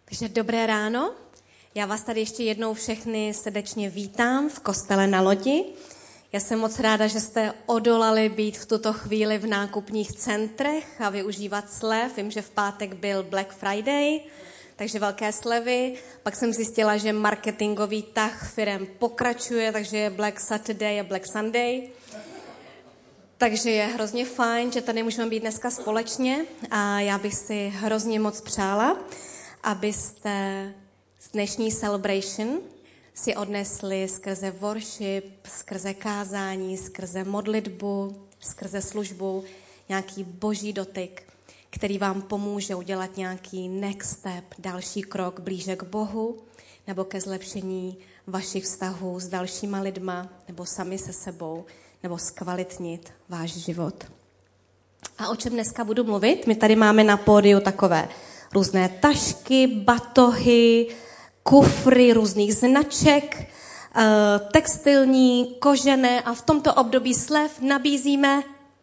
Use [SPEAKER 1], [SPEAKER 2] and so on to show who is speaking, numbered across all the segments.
[SPEAKER 1] Takže dobré ráno. Já vás tady ještě jednou všechny srdečně vítám v kostele na Lodi. Já jsem moc ráda, že jste odolali být v tuto chvíli v nákupních centrech a využívat slev. Vím, že v pátek byl Black Friday, takže velké slevy. Pak jsem zjistila, že marketingový tah firem pokračuje, takže je Black Saturday a Black Sunday. Takže je hrozně fajn, že tady můžeme být dneska společně a já bych si hrozně moc přála, abyste z dnešní celebration si odnesli skrze worship, skrze kázání, skrze modlitbu, skrze službu nějaký boží dotyk, který vám pomůže udělat nějaký next step, další krok blíže k Bohu nebo ke zlepšení vašich vztahů s dalšíma lidma nebo sami se sebou nebo zkvalitnit váš život. A o čem dneska budu mluvit? My tady máme na pódiu takové různé tašky, batohy, kufry různých značek, textilní, kožené a v tomto období slev nabízíme.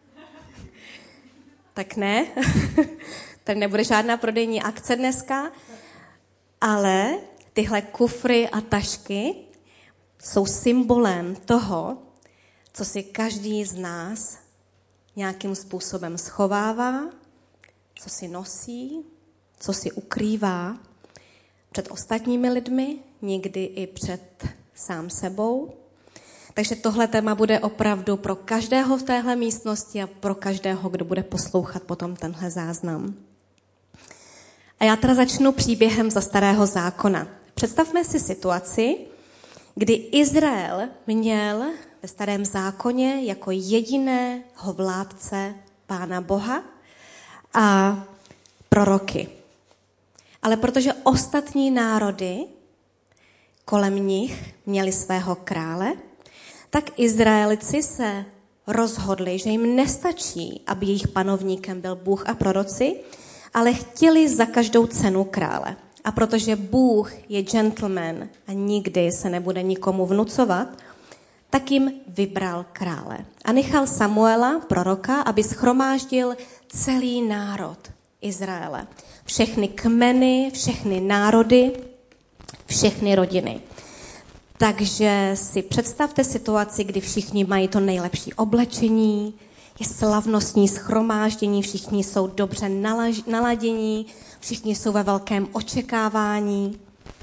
[SPEAKER 1] Tak ne, tady nebude žádná prodejní akce dneska, ale tyhle kufry a tašky jsou symbolem toho, co si každý z nás nějakým způsobem schovává, co si nosí, co si ukrývá před ostatními lidmi, někdy i před sám sebou. Takže tohle téma bude opravdu pro každého v téhle místnosti a pro každého, kdo bude poslouchat potom tenhle záznam. A já teda začnu příběhem za Starého zákona. Představme si situaci, kdy Izrael měl ve Starém zákoně jako jediného vládce Pána Boha a proroky. Ale protože ostatní národy kolem nich měli svého krále, tak Izraelici se rozhodli, že jim nestačí, aby jejich panovníkem byl Bůh a proroci, ale chtěli za každou cenu krále. A protože Bůh je gentleman a nikdy se nebude nikomu vnucovat, tak jim vybral krále. A nechal Samuela, proroka, aby shromáždil celý národ Izraele. Všechny kmeny, všechny národy, všechny rodiny. Takže si představte situaci, kdy všichni mají to nejlepší oblečení, je slavnostní shromáždění, všichni jsou dobře naladění, všichni jsou ve velkém očekávání,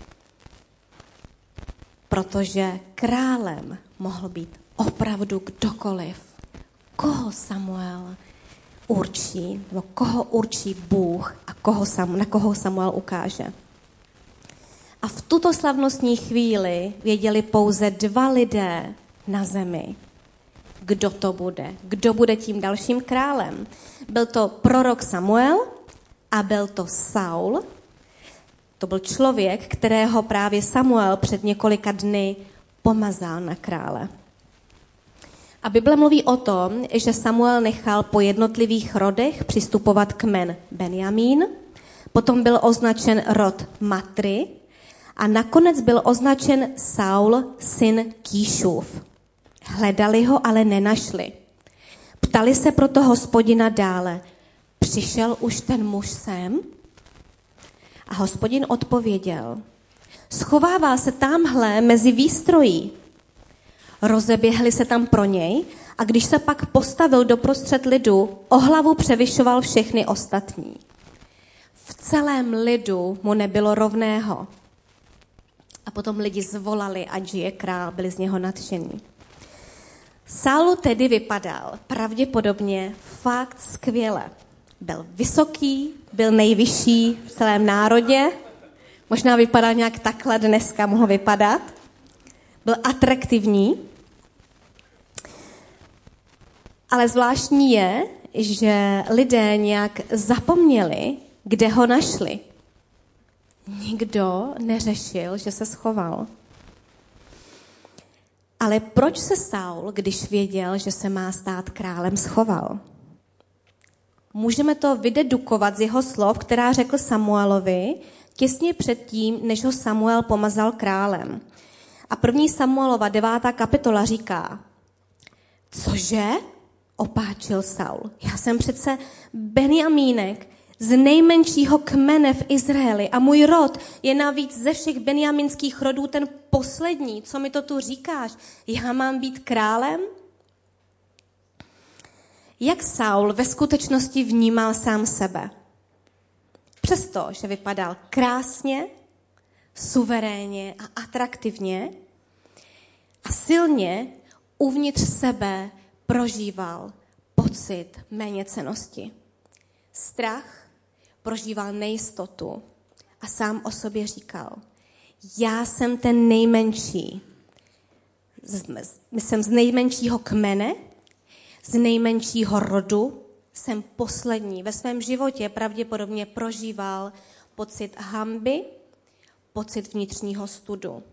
[SPEAKER 1] protože králem mohl být opravdu kdokoliv, koho Samuel určí, nebo koho určí Bůh a na koho Samuel ukáže. A v tuto slavnostní chvíli věděli pouze 2 lidé na zemi, kdo to bude, kdo bude tím dalším králem. Byl to prorok Samuel a byl to Saul. To byl člověk, kterého právě Samuel před několika dny pomazal na krále. A Bible mluví o tom, že Samuel nechal po jednotlivých rodech přistupovat kmen Benjamín, potom byl označen rod Matry a nakonec byl označen Saul, syn Kíšův. Hledali ho, ale nenašli. Ptali se proto Hospodina dále, přišel už ten muž sem? A Hospodin odpověděl, schovává se tamhle mezi výstrojí. Rozeběhli se tam pro něj a když se pak postavil doprostřed lidu, o hlavu převyšoval všechny ostatní. V celém lidu mu nebylo rovného. A potom lidi zvolali, ať žije král, byli z něho nadšení. Saul tedy vypadal pravděpodobně fakt skvěle. Byl vysoký, byl nejvyšší v celém národě. Možná vypadal nějak takhle dneska mohl vypadat. Byl atraktivní. Ale zvláštní je, že lidé nějak zapomněli, kde ho našli. Nikdo neřešil, že se schoval. Ale proč se Saul, když věděl, že se má stát králem, schoval? Můžeme to vydedukovat z jeho slov, která řekl Samuelovi těsně předtím, než ho Samuel pomazal králem. A 1. Samuelova 9. kapitola říká, cože? Opáčil Saul. Já jsem přece Benjamínek z nejmenšího kmene v Izraeli a můj rod je navíc ze všech benjaminských rodů ten poslední. Co mi to tu říkáš? Já mám být králem? Jak Saul ve skutečnosti vnímal sám sebe? Přesto, že vypadal krásně, suverénně a atraktivně a silně, uvnitř sebe prožíval pocit méněcennosti. Strach, prožíval nejistotu a sám o sobě říkal, já jsem ten nejmenší. Jsem z nejmenšího kmene, z nejmenšího rodu, jsem poslední. Ve svém životě pravděpodobně prožíval pocit hanby, pocit vnitřního studu.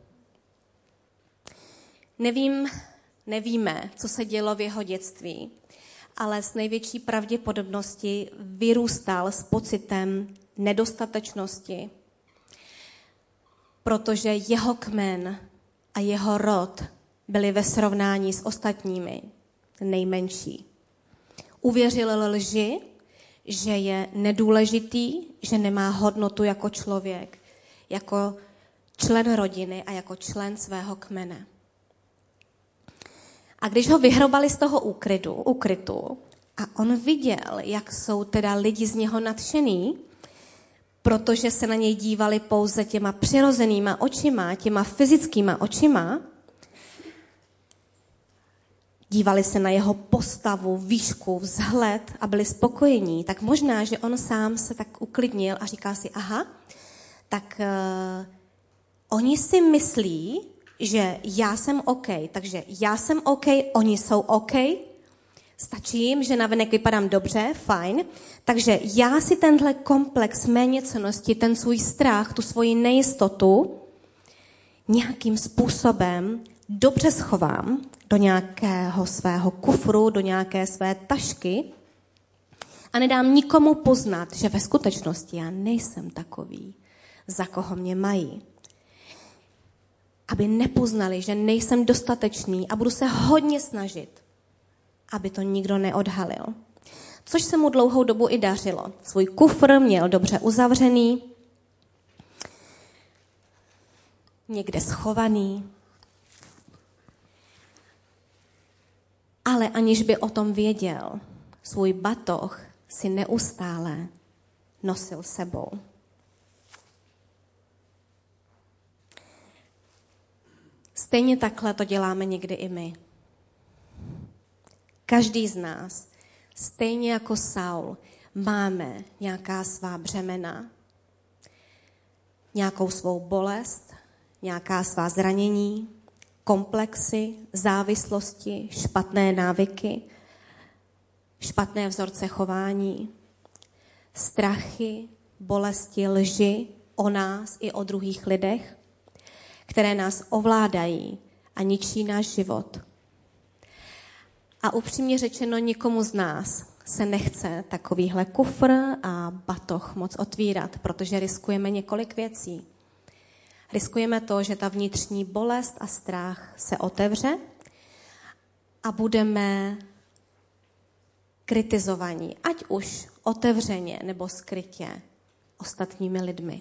[SPEAKER 1] Nevíme, co se dělo v jeho dětství, ale s největší pravděpodobností vyrůstal s pocitem nedostatečnosti, protože jeho kmen a jeho rod byli ve srovnání s ostatními nejmenší. Uvěřil lži, že je nedůležitý, že nemá hodnotu jako člověk, jako člen rodiny a jako člen svého kmene. A když ho vyhrobali z toho úkrytu a on viděl, jak jsou teda lidi z něho nadšený, protože se na něj dívali pouze těma přirozenýma očima, těma fyzickýma očima, dívali se na jeho postavu, výšku, vzhled a byli spokojení, tak možná, že on sám se tak uklidnil a říká si, aha, tak oni si myslí, že já jsem OK, takže já jsem OK, oni jsou OK, stačí jim, že navenek vypadám dobře, fajn, takže já si tenhle komplex méněcennosti, ten svůj strach, tu svoji nejistotu nějakým způsobem dobře schovám do nějakého svého kufru, do nějaké své tašky a nedám nikomu poznat, že ve skutečnosti já nejsem takový, za koho mě mají. Aby nepoznali, že nejsem dostatečný a budu se hodně snažit, aby to nikdo neodhalil. Což se mu dlouhou dobu i dařilo. Svůj kufr měl dobře uzavřený, někde schovaný, ale aniž by o tom věděl, svůj batoh si neustále nosil sebou. Stejně takhle to děláme někdy i my. Každý z nás, stejně jako Saul, máme nějaká svá břemena, nějakou svou bolest, nějaká svá zranění, komplexy, závislosti, špatné návyky, špatné vzorce chování, strachy, bolesti, lži o nás i o druhých lidech, které nás ovládají a ničí náš život. A upřímně řečeno, nikomu z nás se nechce takovýhle kufr a batoh moc otvírat, protože riskujeme několik věcí. Riskujeme to, že ta vnitřní bolest a strach se otevře a budeme kritizovaní, ať už otevřeně nebo skrytě ostatními lidmi.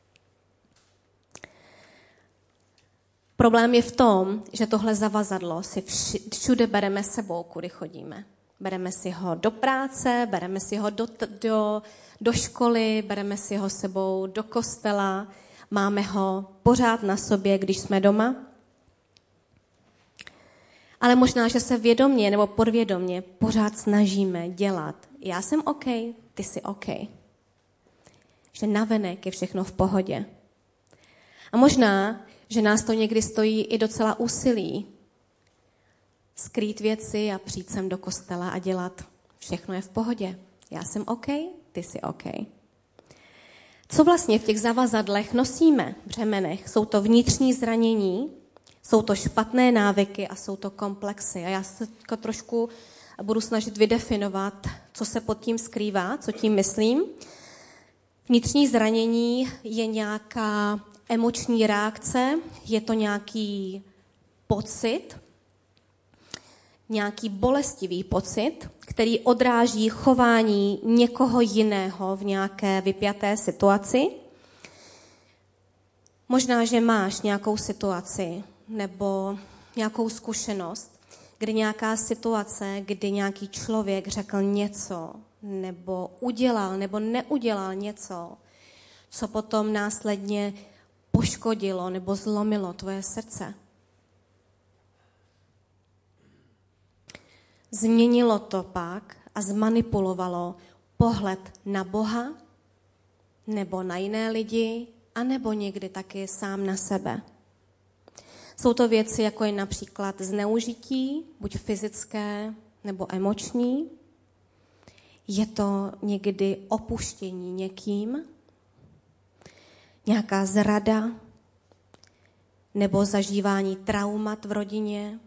[SPEAKER 1] Problém je v tom, že tohle zavazadlo si všude bereme sebou, kudy chodíme. Bereme si ho do práce, bereme si ho do školy, bereme si ho sebou do kostela, máme ho pořád na sobě, když jsme doma. Ale možná, že se vědomě nebo podvědomě pořád snažíme dělat. Já jsem OK, ty jsi OK. Že navenek je všechno v pohodě. A možná, že nás to někdy stojí i docela úsilí skrýt věci a přijít sem do kostela a dělat. Všechno je v pohodě. Já jsem OK, ty jsi OK. Co vlastně v těch zavazadlech nosíme, břemenech? Jsou to vnitřní zranění, jsou to špatné návyky a jsou to komplexy. A já se trošku budu snažit vydefinovat, co se pod tím skrývá, co tím myslím. Vnitřní zranění je nějaká emoční reakce, je to nějaký pocit, nějaký bolestivý pocit, který odráží chování někoho jiného v nějaké vypjaté situaci. Možná, že máš nějakou situaci nebo nějakou zkušenost, kdy nějaká situace, kdy nějaký člověk řekl něco, nebo udělal, nebo neudělal něco, co potom následně poškodilo nebo zlomilo tvoje srdce. Změnilo to pak a zmanipulovalo pohled na Boha, nebo na jiné lidi, anebo někdy taky sám na sebe. Jsou to věci, jako je například zneužití, buď fyzické nebo emoční. Je to někdy opuštění někým, nějaká zrada nebo zažívání traumat v rodině.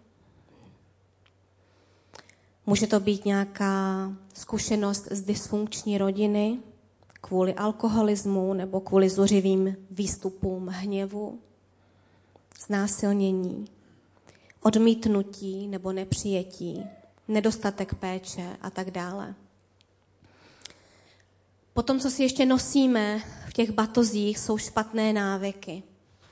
[SPEAKER 1] Může to být nějaká zkušenost z dysfunkční rodiny kvůli alkoholismu nebo kvůli zuřivým výstupům hněvu, znásilnění, odmítnutí nebo nepřijetí, nedostatek péče a tak dále. Potom, co si ještě nosíme v těch batozích, jsou špatné návyky.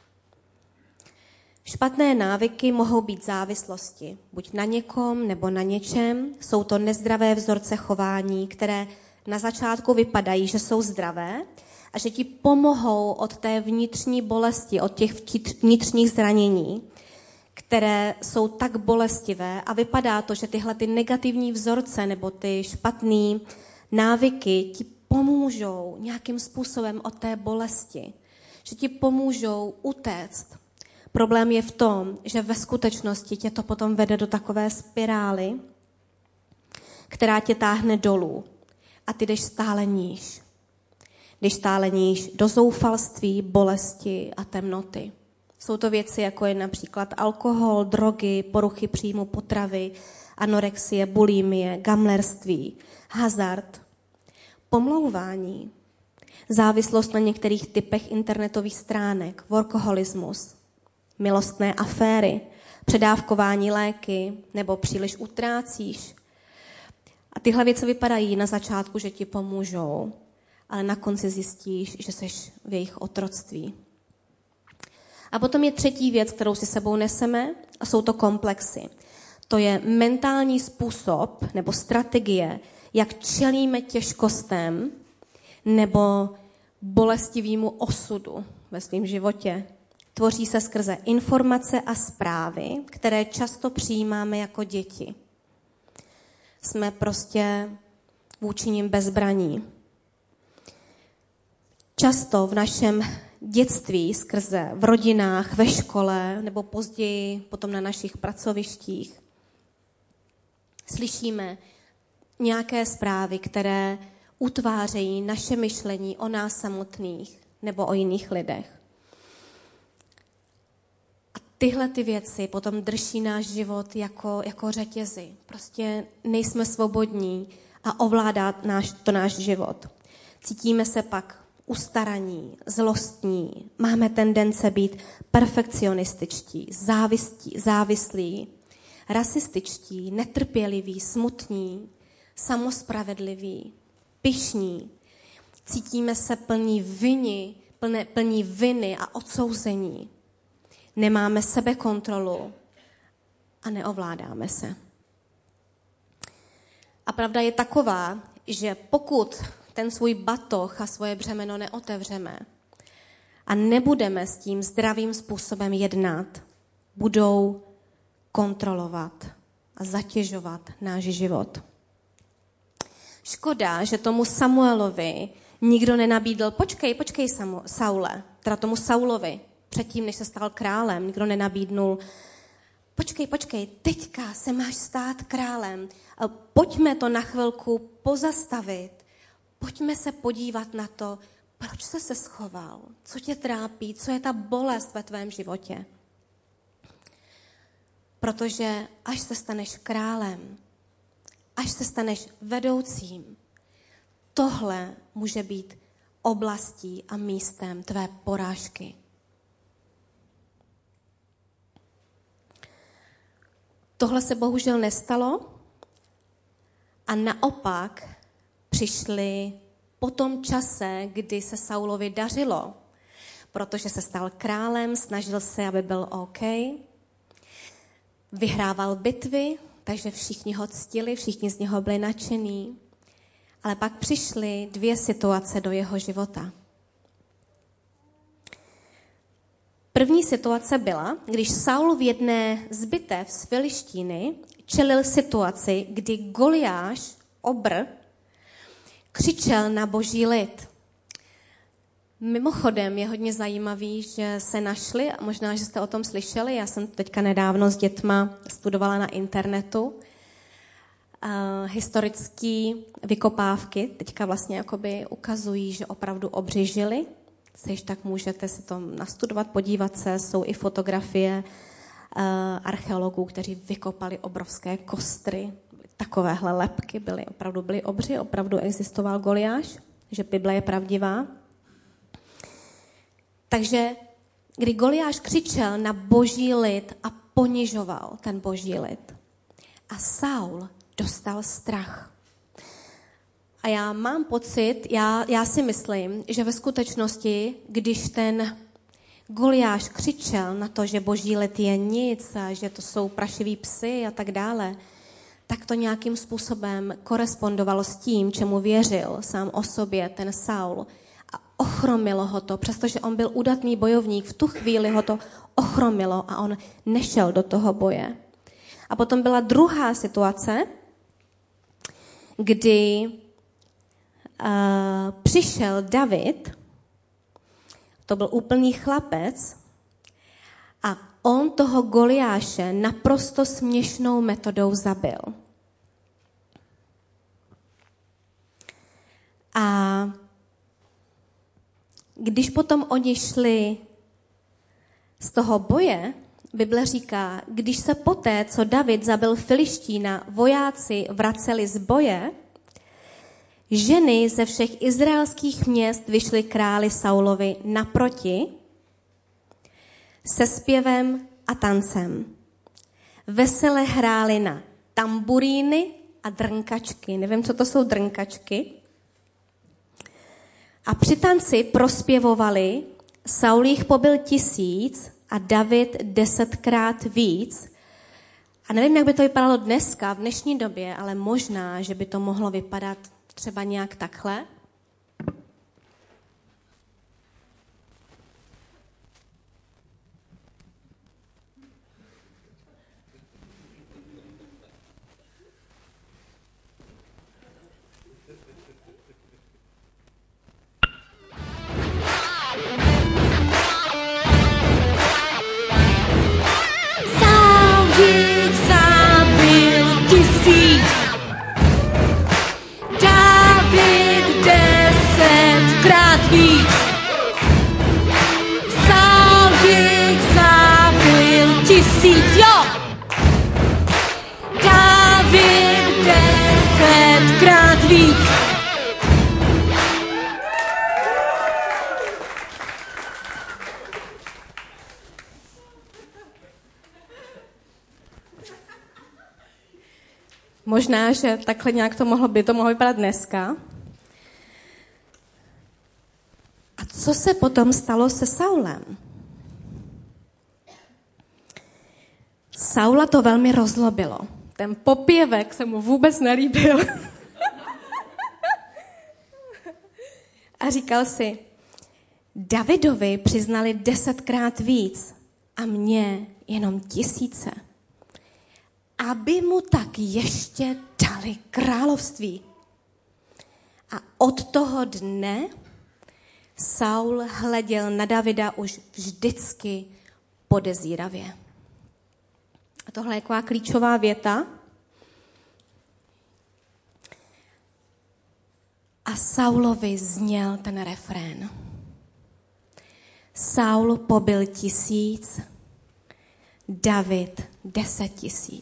[SPEAKER 1] Špatné návyky mohou být závislosti, buď na někom nebo na něčem. Jsou to nezdravé vzorce chování, které na začátku vypadají, že jsou zdravé a že ti pomohou od té vnitřní bolesti, od těch vnitřních zranění, které jsou tak bolestivé a vypadá to, že tyhle ty negativní vzorce nebo ty špatné návyky ti pomůžou nějakým způsobem od té bolesti, že ti pomůžou utéct. Problém je v tom, že ve skutečnosti tě to potom vede do takové spirály, která tě táhne dolů a ty jdeš stále níž. Jdeš stále níž do zoufalství, bolesti a temnoty. Jsou to věci, jako je například alkohol, drogy, poruchy příjmu potravy, anorexie, bulimie, gamlerství, hazard, pomlouvání, závislost na některých typech internetových stránek, workoholismus, milostné aféry, předávkování léky nebo příliš utrácíš. A tyhle věci vypadají na začátku, že ti pomůžou, ale na konci zjistíš, že jsi v jejich otroctví. A potom je třetí věc, kterou si sebou neseme, a jsou to komplexy. To je mentální způsob nebo strategie, jak čelíme těžkostem nebo bolestivému osudu ve svém životě. Tvoří se skrze informace a zprávy, které často přijímáme jako děti. Jsme prostě vůči nim bezbraní. Často v našem dětství, skrze v rodinách, ve škole nebo později potom na našich pracovištích slyšíme nějaké zprávy, které utvářejí naše myšlení o nás samotných nebo o jiných lidech. A tyhle ty věci potom drží náš život jako řetězy. Prostě nejsme svobodní a ovládá náš život. Cítíme se pak ustaraní, zlostní, máme tendence být perfekcionističtí, závislí, rasističtí, netrpěliví, smutní, samospravedliví, pyšní. Cítíme se plní viny a odsouzení. Nemáme sebekontrolu a neovládáme se. A pravda je taková, že pokud ten svůj batoh a svoje břemeno neotevřeme a nebudeme s tím zdravým způsobem jednat, budou kontrolovat a zatěžovat náš život. Škoda, že tomu Samuelovi nikdo nenabídl, počkej Saule, teda tomu Saulovi, předtím, než se stal králem, nikdo nenabídnul, počkej, teďka se máš stát králem, pojďme to na chvilku pozastavit, pojďme se podívat na to, proč jsi se schoval, co tě trápí, co je ta bolest ve tvém životě. Protože až se staneš králem, až se staneš vedoucím, tohle může být oblastí a místem tvé porážky. Tohle se bohužel nestalo a naopak přišli po tom čase, kdy se Saulovi dařilo, protože se stal králem, snažil se, aby byl OK, vyhrával bitvy, takže všichni ho ctili, všichni z něho byli nadšení, ale pak přišly 2 situace do jeho života. První situace byla, když Saul v jedné z bitev z Filištíny čelil situaci, kdy Goliáš, obr, křičel na boží lid. Mimochodem je hodně zajímavý, že se našli, a možná, že jste o tom slyšeli, já jsem teďka nedávno s dětma studovala na internetu, historické vykopávky, teďka vlastně jakoby ukazují, že opravdu obři žili, tak můžete si to nastudovat, podívat se, jsou i fotografie archeologů, kteří vykopali obrovské kostry, takovéhle lebky opravdu byly obři, opravdu existoval Goliáš, že Bible je pravdivá. Takže kdy Goliáš křičel na boží lid a ponižoval ten boží lid. A Saul dostal strach. A já mám pocit, já si myslím, že ve skutečnosti, když ten Goliáš křičel na to, že boží lid je nic a že to jsou prašiví psy a tak dále, tak to nějakým způsobem korespondovalo s tím, čemu věřil sám o sobě ten Saul. A ochromilo ho to, přestože on byl udatný bojovník, v tu chvíli ho to ochromilo a on nešel do toho boje. A potom byla druhá situace, kdy přišel David, to byl úplný chlapec, a on toho Goliáše naprosto směšnou metodou zabil. A když potom oni šli z toho boje, Bible říká, když se poté, co David zabil Filištína, vojáci vraceli z boje, ženy ze všech izraelských měst vyšly králi Saulovi naproti se zpěvem a tancem. Vesele hráli na tamburíny a drnkačky. Nevím, co to jsou drnkačky. A při tanci prospěvovali, Saul jich pobil 1000 a David 10krát víc. A nevím, jak by to vypadalo dneska, v dnešní době, ale možná, že by to mohlo vypadat třeba nějak takhle. Možná, že takhle nějak by to mohlo vypadat dneska. A co se potom stalo se Saulem? Saula to velmi rozlobilo. Ten popěvek se mu vůbec nelíbil. A říkal si, Davidovi přiznali 10krát víc a mně jenom 1000. Aby mu tak ještě dali království. A od toho dne Saul hleděl na Davida už vždycky podezíravě. A tohle je taková klíčová věta. A Saulovi zněl ten refrén. Saul pobil 1000, David 10 000.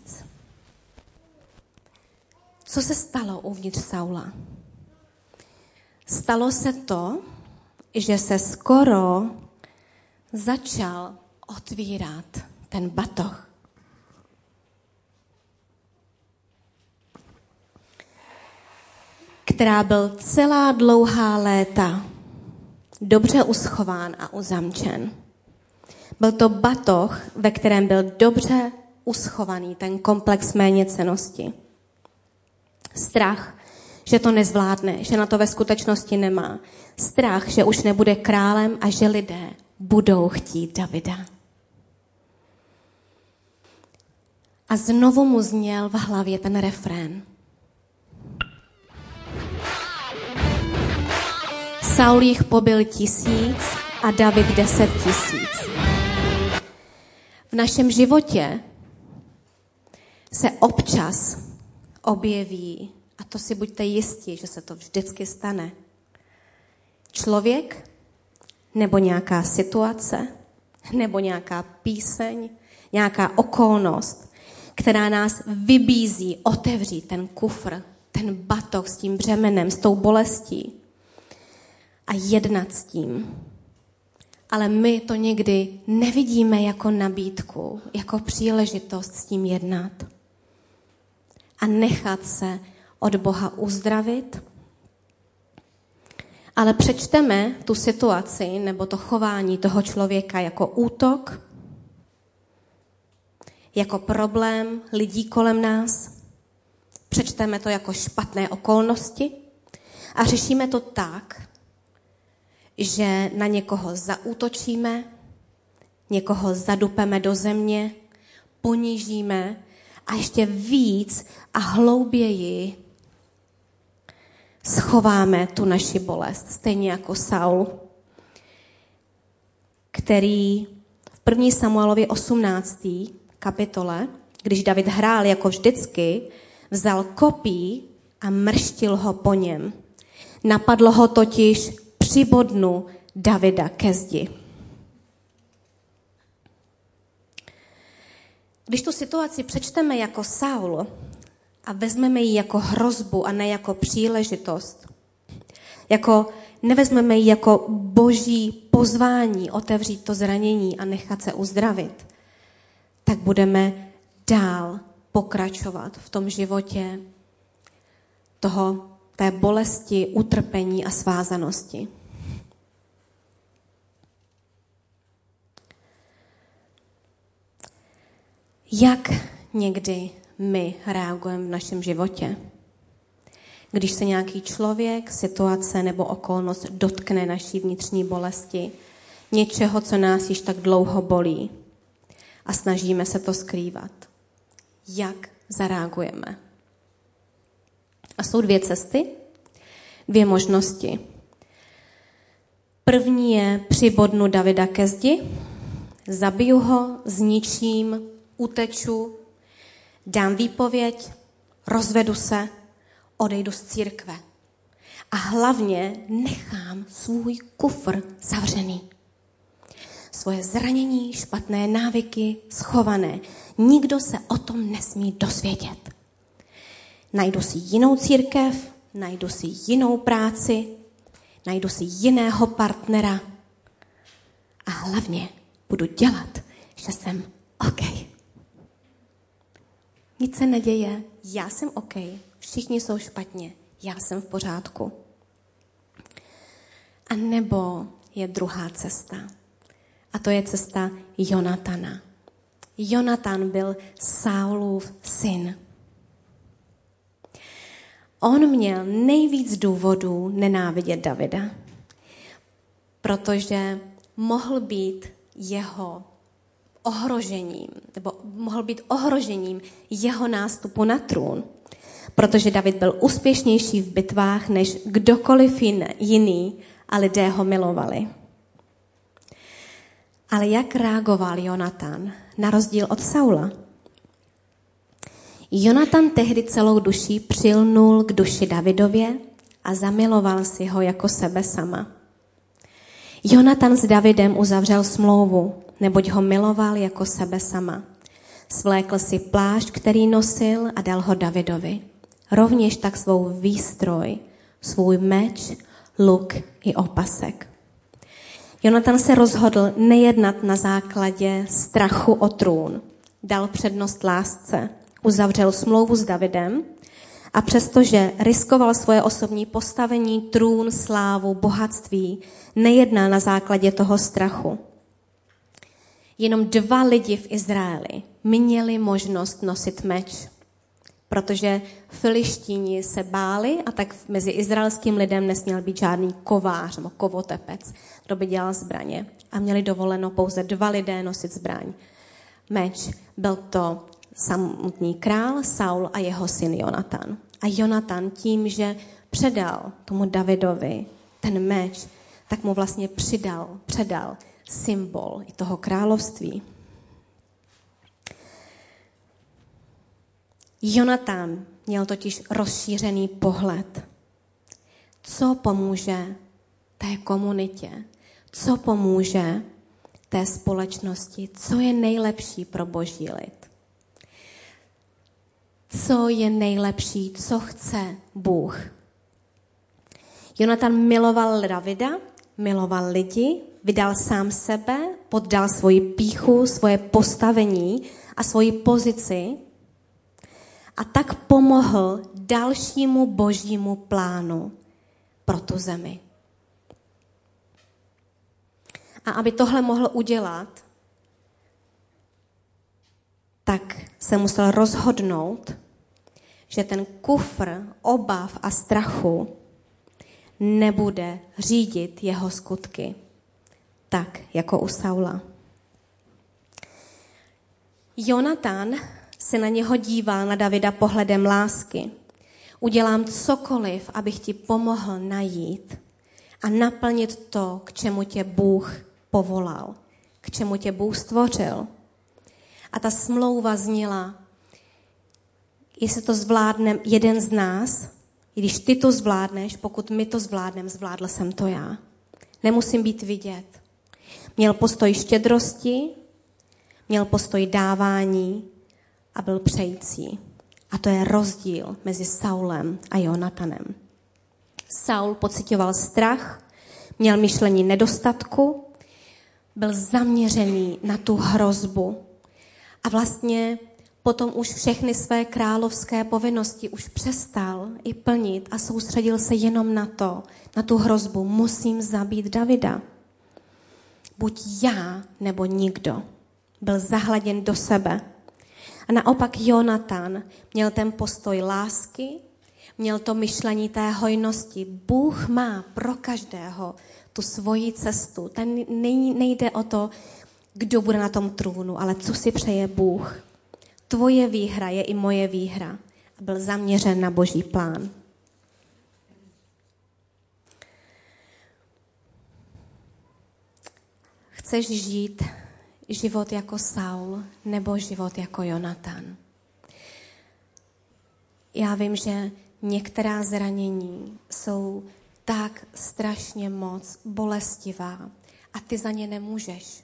[SPEAKER 1] Co se stalo uvnitř Saula? Stalo se to, že se skoro začal otvírat ten batoh. která byl celá dlouhá léta dobře uschován a uzamčen. Byl to batoh, ve kterém byl dobře uschovaný ten komplex méněcennosti. Strach, že to nezvládne, že na to ve skutečnosti nemá. Strach, že už nebude králem a že lidé budou chtít Davida. A znovu mu zněl v hlavě ten refrén. Saul jich pobil 1000 a David 10 000. V našem životě se občas objeví, a to si buďte jistí, že se to vždycky stane, člověk nebo nějaká situace nebo nějaká píseň, nějaká okolnost, která nás vybízí otevřít ten kufr, ten batoh s tím břemenem, s tou bolestí a jednat s tím. Ale my to někdy nevidíme jako nabídku, jako příležitost s tím jednat. A nechat se od Boha uzdravit. Ale přečteme tu situaci nebo to chování toho člověka jako útok, jako problém lidí kolem nás. Přečteme to jako špatné okolnosti a řešíme to tak, že na někoho zaútočíme, někoho zadupeme do země, ponížíme a ještě víc a hlouběji schováme tu naši bolest. Stejně jako Saul, který v 1. Samuelově 18. kapitole, když David hrál jako vždycky, vzal kopí a mrštil ho po něm. Napadlo ho totiž při bodnu Davida ke zdi. Když tu situaci přečteme jako Saul a vezmeme ji jako hrozbu a ne jako příležitost, nevezmeme ji jako boží pozvání otevřít to zranění a nechat se uzdravit, tak budeme dál pokračovat v tom životě té bolesti, utrpení a svázanosti. Jak někdy my reagujeme v našem životě? Když se nějaký člověk, situace nebo okolnost dotkne naší vnitřní bolesti, něčeho, co nás již tak dlouho bolí a snažíme se to skrývat. Jak zareagujeme? A jsou 2 cesty, 2 možnosti. První je přibodnu Davida ke zdi, zabiju ho, zničím, uteču, dám výpověď, rozvedu se, odejdu z církve. A hlavně nechám svůj kufr zavřený. Svoje zranění, špatné návyky, schované. Nikdo se o tom nesmí dozvědět. Najdu si jinou církev, najdu si jinou práci, najdu si jiného partnera a hlavně budu dělat, že jsem OK. Nic se neděje, já jsem OK, všichni jsou špatně, já jsem v pořádku. A nebo je druhá cesta. A to je cesta Jonatana. Jonatan byl Saulův syn. On měl nejvíc důvodů nenávidět Davida, protože mohl být jeho ohrožením, nebo mohl být ohrožením jeho nástupu na trůn, protože David byl úspěšnější v bitvách než kdokoliv jiný a lidé ho milovali. Ale jak reagoval Jonatan na rozdíl od Saula? Jonatan tehdy celou duší přilnul k duši Davidově a zamiloval si ho jako sebe sama. Jonatan s Davidem uzavřel smlouvu, neboť ho miloval jako sebe sama. Svlékl si plášť, který nosil, a dal ho Davidovi. Rovněž tak svou výstroj, svůj meč, luk i opasek. Jonatan se rozhodl nejednat na základě strachu o trůn. Dal přednost lásce, uzavřel smlouvu s Davidem A přestože riskoval svoje osobní postavení, trůn, slávu, bohatství, nejednal na základě toho strachu. Jenom 2 lidi v Izraeli měli možnost nosit meč, protože Filištíni se báli a tak mezi izraelským lidem nesměl být žádný kovář nebo kovotepec, kdo by dělal zbraně. A měli dovoleno pouze 2 lidé nosit zbraň. Meč. Byl to samotný král Saul a jeho syn Jonatan. A Jonatan tím, že předal tomu Davidovi ten meč, tak mu vlastně předal symbol i toho království. Jonatan měl totiž rozšířený pohled. Co pomůže té komunitě? Co pomůže té společnosti? Co je nejlepší pro Boží lid? Co je nejlepší? Co chce Bůh? Jonatan miloval Davida, miloval lidi, vydal sám sebe, poddal svoji pýchu, svoje postavení a svoji pozici a tak pomohl dalšímu božímu plánu pro tu zemi. A aby tohle mohl udělat, tak se musel rozhodnout, že ten kufr obav a strachu nebude řídit jeho skutky, tak jako u Saula. Jonatan se na něho díval, na Davida, pohledem lásky. Udělám cokoliv, abych ti pomohl najít a naplnit to, k čemu tě Bůh povolal, k čemu tě Bůh stvořil. A ta smlouva zněla, jestli to zvládne jeden z nás, i když ty to zvládneš, pokud my to zvládneme, zvládl jsem to já. Nemusím být vidět. Měl postoj štědrosti, měl postoj dávání a byl přející. A to je rozdíl mezi Saulem a Jonatanem. Saul pociťoval strach, měl myšlení nedostatku, byl zaměřený na tu hrozbu. A vlastně potom už všechny své královské povinnosti už přestal i plnit a soustředil se jenom na tu hrozbu. Musím zabít Davida. Buď já, nebo nikdo. Byl zahladěn do sebe. A naopak Jonatan měl ten postoj lásky, měl to myšlení té hojnosti. Bůh má pro každého tu svoji cestu. Ten nejde o to, kdo bude na tom trůnu, ale co si přeje Bůh. Tvoje výhra je i moje výhra. A byl zaměřen na Boží plán. Chceš žít život jako Saul nebo život jako Jonatan? Já vím, že některá zranění jsou tak strašně moc bolestivá a ty za ně nemůžeš.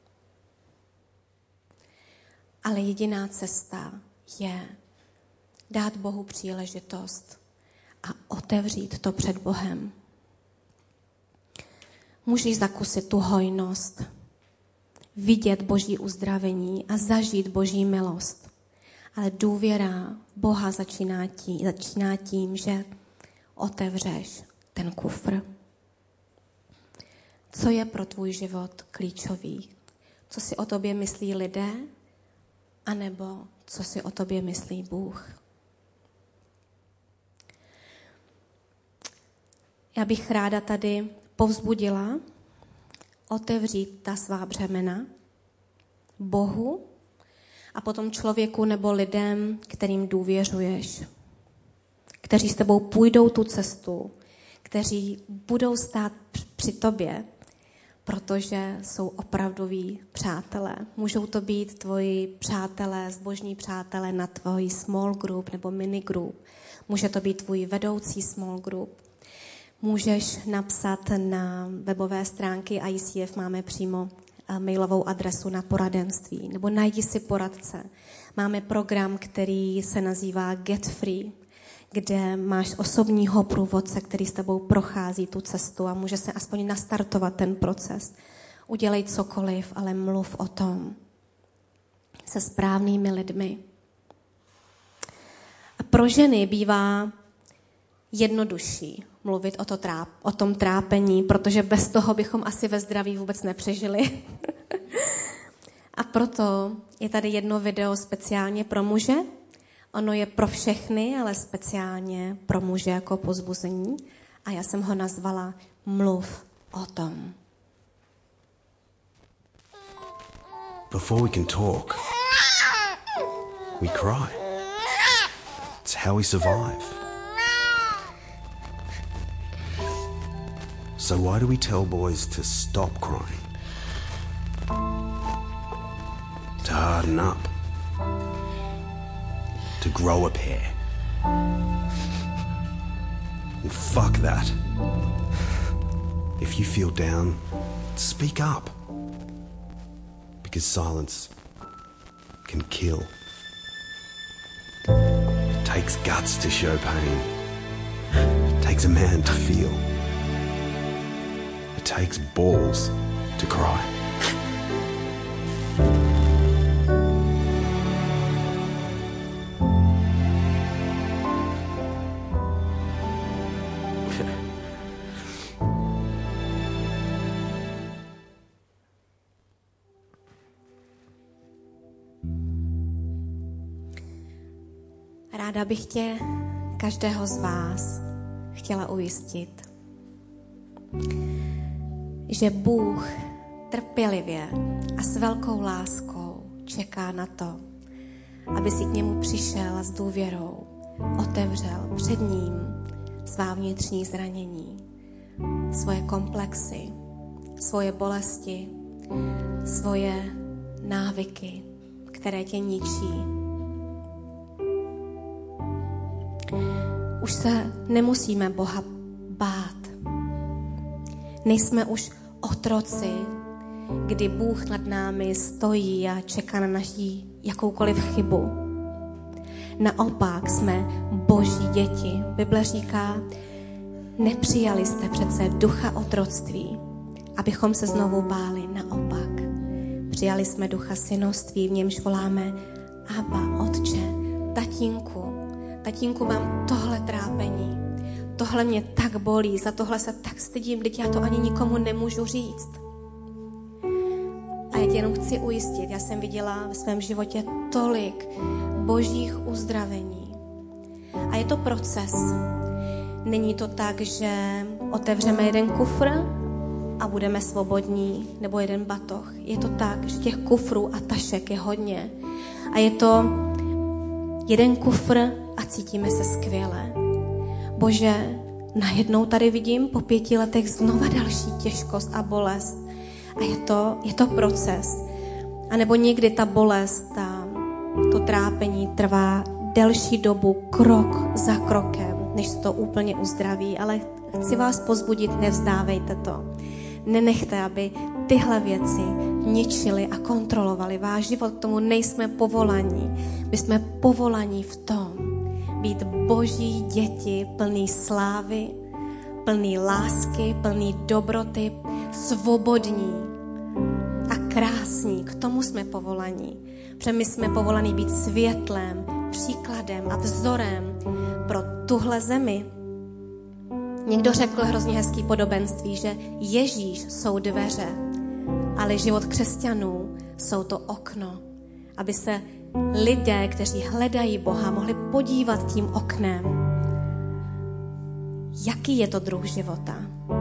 [SPEAKER 1] Ale jediná cesta je dát Bohu příležitost a otevřít to před Bohem. Můžeš zakusit tu hojnost, vidět Boží uzdravení a zažít Boží milost. Ale důvěra Boha začíná tím, že otevřeš ten kufr. Co je pro tvůj život klíčový? Co si o tobě myslí lidé? A nebo co si o tobě myslí Bůh? Já bych ráda tady povzbudila otevřít ta svá břemena Bohu a potom člověku nebo lidem, kterým důvěřuješ, kteří s tebou půjdou tu cestu, kteří budou stát při tobě, protože jsou opravdoví přátelé. Můžou to být tvoji přátelé, zbožní přátelé na tvoji small group nebo mini group. Může to být tvůj vedoucí small group. Můžeš napsat na webové stránky ICF, máme přímo mailovou adresu na poradenství, nebo najdi si poradce. Máme program, který se nazývá Get Free, kde máš osobního průvodce, který s tebou prochází tu cestu a může se aspoň nastartovat ten proces. Udělej cokoliv, ale mluv o tom se správnými lidmi. A pro ženy bývá jednodušší mluvit o tom trápení, protože bez toho bychom asi ve zdraví vůbec nepřežili. A proto je tady jedno video speciálně pro muže. Ono je pro všechny, ale speciálně pro muže jako povzbuzení. A já jsem ho nazvala Mluv o tom.
[SPEAKER 2] Before we can talk, we cry. It's how we survive. So why do we tell boys to stop crying? To harden up? To grow a pair? Well, fuck that. If you feel down, speak up. Because silence can kill. It takes guts to show pain. It takes a man to feel. It takes balls to cry.
[SPEAKER 1] Ráda bych tě, každého z vás, chtěla ujistit, že Bůh trpělivě a s velkou láskou čeká na to, aby si k němu přišel a s důvěrou otevřel před ním svá vnitřní zranění, svoje komplexy, svoje bolesti, svoje návyky, které tě ničí. Už se nemusíme Boha bát. Nejsme už otroci, kdy Bůh nad námi stojí a čeká na naši jakoukoliv chybu. Naopak jsme Boží děti. Bible říká, nepřijali jste přece ducha otroctví, abychom se znovu báli. Naopak, přijali jsme ducha synoství, v němž voláme Abba, Otče, tatínku, mám tohle trápení, tohle mě tak bolí, za tohle se tak stydím, vždyť já to ani nikomu nemůžu říct. A já tě jenom chci ujistit, já jsem viděla ve svém životě tolik božích uzdravení. A je to proces. Není to tak, že otevřeme jeden kufr a budeme svobodní, nebo jeden batoh. Je to tak, že těch kufrů a tašek je hodně. A je to jeden kufr a cítíme se skvěle. Bože, najednou tady vidím po 5 letech znova další těžkost a bolest. A je to proces. A nebo někdy ta bolest, to trápení trvá delší dobu, krok za krokem, než se to úplně uzdraví. Ale chci vás povzbudit, nevzdávejte to. Nenechte, aby tyhle věci ničily a kontrolovaly váš život. K tomu nejsme povolaní. My jsme povolaní v tom, být Boží děti, plný slávy, plný lásky, plný dobroty, svobodní a krásní. K tomu jsme povolaní. Protože my jsme povolaní být světlem, příkladem a vzorem pro tuhle zemi. Někdo řekl hrozně hezký podobenství, že Ježíš jsou dveře, ale život křesťanů jsou to okno, aby se lidé, kteří hledají Boha, mohli podívat tím oknem. Jaký je to druh života?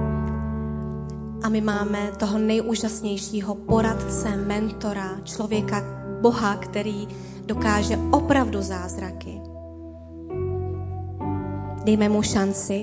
[SPEAKER 1] A my máme toho nejúžasnějšího poradce, mentora, člověka, Boha, který dokáže opravdu zázraky. Dejme mu šanci.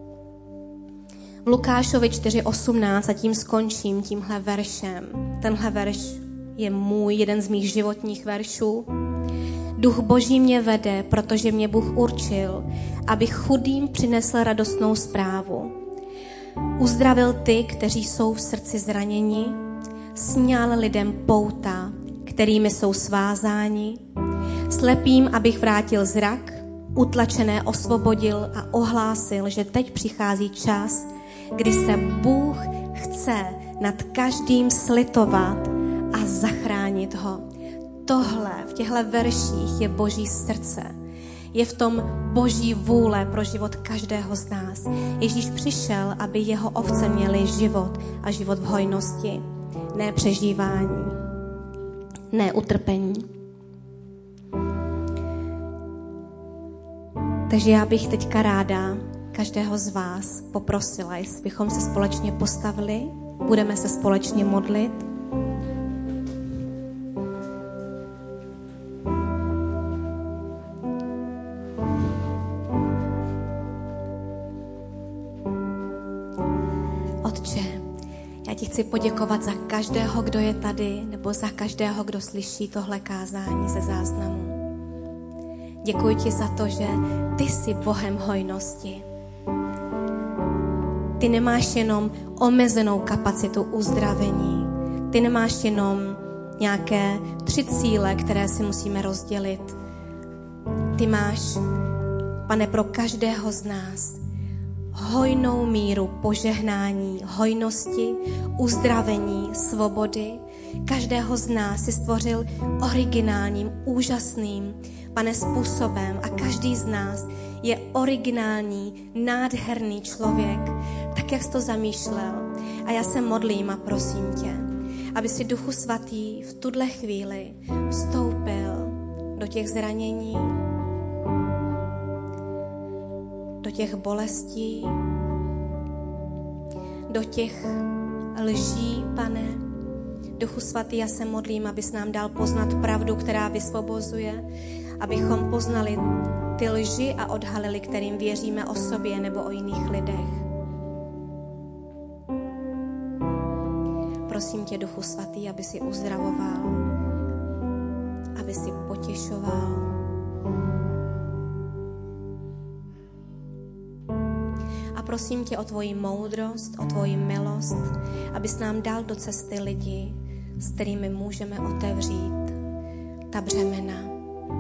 [SPEAKER 1] V Lukášovi 4:18 a tím skončím tímhle veršem. Tenhle verš je můj, jeden z mých životních veršů. Duch Boží mě vede, protože mě Bůh určil, abych chudým přinesl radostnou zprávu. Uzdravil ty, kteří jsou v srdci zraněni, sňal lidem pouta, kterými jsou svázáni, slepým, abych vrátil zrak, utlačené osvobodil a ohlásil, že teď přichází čas, kdy se Bůh chce nad každým slitovat a zachránit ho. Tohle, v těchto verších je Boží srdce. Je v tom Boží vůle pro život každého z nás. Ježíš přišel, aby jeho ovce měly život a život v hojnosti. Ne přežívání, ne utrpení. Takže já bych teďka ráda každého z vás poprosila, jestli bychom se společně postavili, budeme se společně modlit. Otče, já ti chci poděkovat za každého, kdo je tady, nebo za každého, kdo slyší tohle kázání ze záznamu. Děkuji ti za to, že ty jsi Bohem hojnosti. Ty nemáš jenom omezenou kapacitu uzdravení. Ty nemáš jenom nějaké 3 cíle, které si musíme rozdělit. Ty máš, Pane, pro každého z nás hojnou míru požehnání, hojnosti, uzdravení, svobody. Každého z nás si stvořil originálním, úžasným, Pane, způsobem a každý z nás je originální, nádherný člověk, tak, jak jsi to zamýšlel. A já se modlím a prosím tě, aby si Duchu Svatý v tuhle chvíli vstoupil do těch zranění, do těch bolestí, do těch lží, Pane. Duchu Svatý, já se modlím, abys nám dal poznat pravdu, která vysvobozuje, abychom poznali ty lži a odhalili, kterým věříme o sobě nebo o jiných lidech. Prosím tě, Duchu Svatý, aby si uzdravoval, aby si potěšoval. A prosím tě o tvoji moudrost, o tvoji milost, abys nám dal do cesty lidi, s kterými můžeme otevřít ta břemena.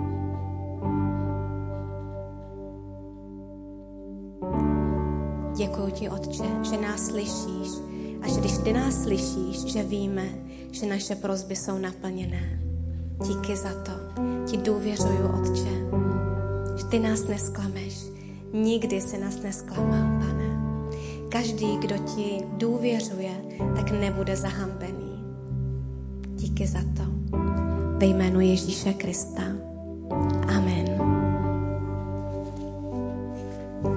[SPEAKER 1] Děkuji ti, Otče, že nás slyšíš a že když ty nás slyšíš, že víme, že naše prosby jsou naplněné. Díky za to. Ti důvěřuju, Otče, že ty nás nesklameš. Nikdy si nás nesklamal, Pane. Každý, kdo ti důvěřuje, tak nebude zahambený. Díky za to. Ve jménu Ježíše Krista.